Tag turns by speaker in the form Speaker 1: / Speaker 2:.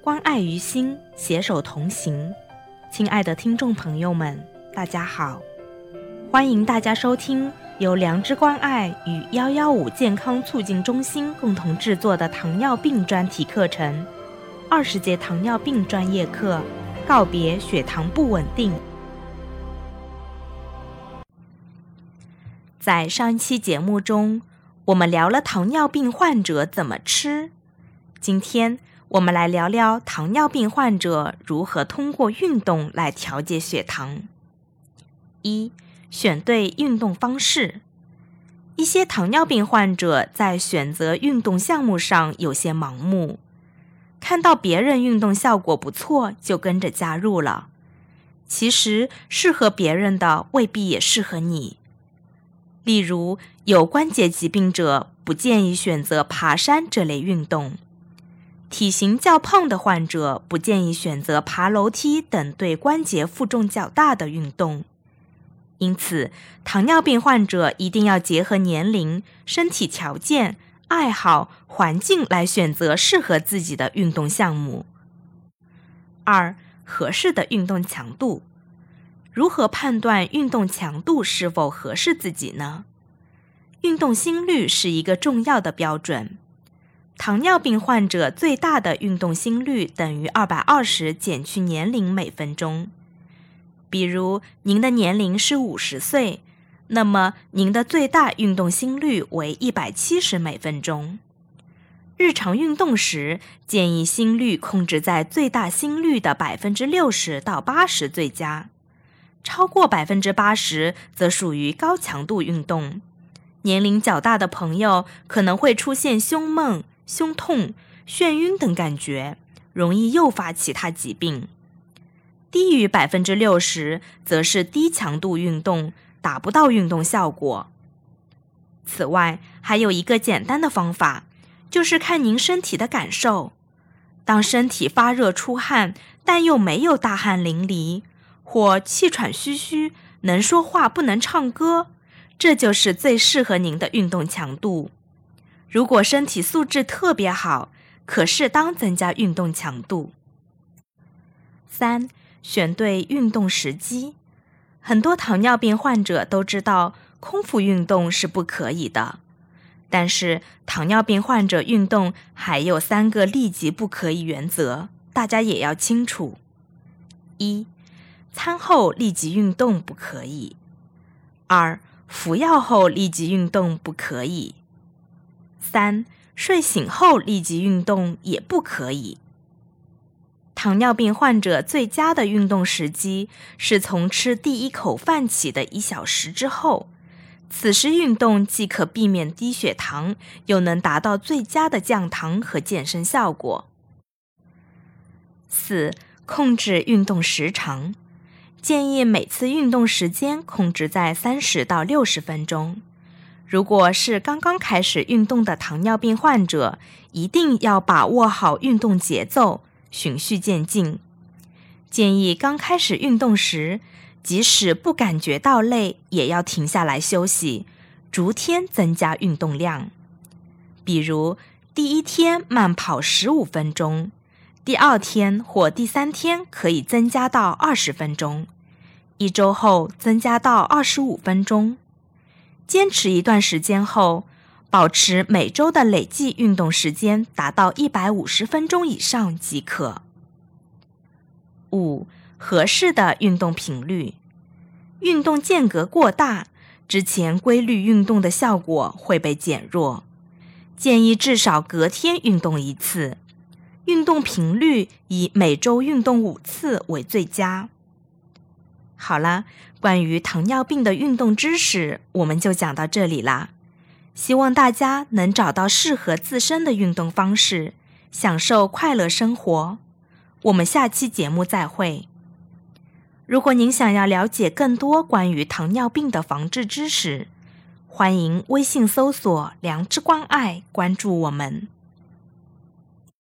Speaker 1: 关爱于心，携手同行。亲爱的听众朋友们，大家好，欢迎大家收听由良知关爱与115健康促进中心共同制作的糖尿病专题课程，20节糖尿病专业课，告别血糖不稳定。在上一期节目中，我们聊了糖尿病患者怎么吃。今天我们来聊聊糖尿病患者如何通过运动来调节血糖。1. 选对运动方式。一些糖尿病患者在选择运动项目上有些盲目，看到别人运动效果不错就跟着加入了，其实适合别人的未必也适合你。例如，有关节疾病者不建议选择爬山这类运动，体型较胖的患者不建议选择爬楼梯等对关节负重较大的运动。因此，糖尿病患者一定要结合年龄、身体条件、爱好、环境来选择适合自己的运动项目。2. 合适的运动强度。如何判断运动强度是否合适自己呢？运动心率是一个重要的标准。糖尿病患者最大的运动心率等于220减去年龄每分钟。比如您的年龄是50岁，那么您的最大运动心率为170每分钟。日常运动时，建议心率控制在最大心率的60%到80%最佳。超过80%则属于高强度运动。年龄较大的朋友可能会出现胸闷、胸痛、眩晕等感觉，容易诱发其他疾病。低于60%则是低强度运动，达不到运动效果。此外，还有一个简单的方法，就是看您身体的感受。当身体发热出汗，但又没有大汗淋漓，或气喘吁吁，能说话不能唱歌，这就是最适合您的运动强度。如果身体素质特别好，可适当增加运动强度。3. 选对运动时机。很多糖尿病患者都知道空腹运动是不可以的，但是糖尿病患者运动还有3个立即不可以原则，大家也要清楚。1. 餐后立即运动不可以。2. 服药后立即运动不可以。3. 睡醒后立即运动也不可以。糖尿病患者最佳的运动时机是从吃第一口饭起的1小时之后，此时运动既可避免低血糖，又能达到最佳的降糖和健身效果。4. 控制运动时长。建议每次运动时间控制在30到60分钟。如果是刚刚开始运动的糖尿病患者，一定要把握好运动节奏，循序渐进。建议刚开始运动时，即使不感觉到累，也要停下来休息，逐天增加运动量。比如，第1天慢跑15分钟，第2天或第3天可以增加到20分钟，1周后增加到25分钟。坚持一段时间后，保持每周的累计运动时间达到150分钟以上即可。5. 合适的运动频率。运动间隔过大，之前规律运动的效果会被减弱，建议至少隔天运动1次。运动频率以每周运动5次为最佳。好了，关于糖尿病的运动知识，我们就讲到这里啦。希望大家能找到适合自身的运动方式，享受快乐生活。我们下期节目再会。如果您想要了解更多关于糖尿病的防治知识，欢迎微信搜索良知关爱，关注我们。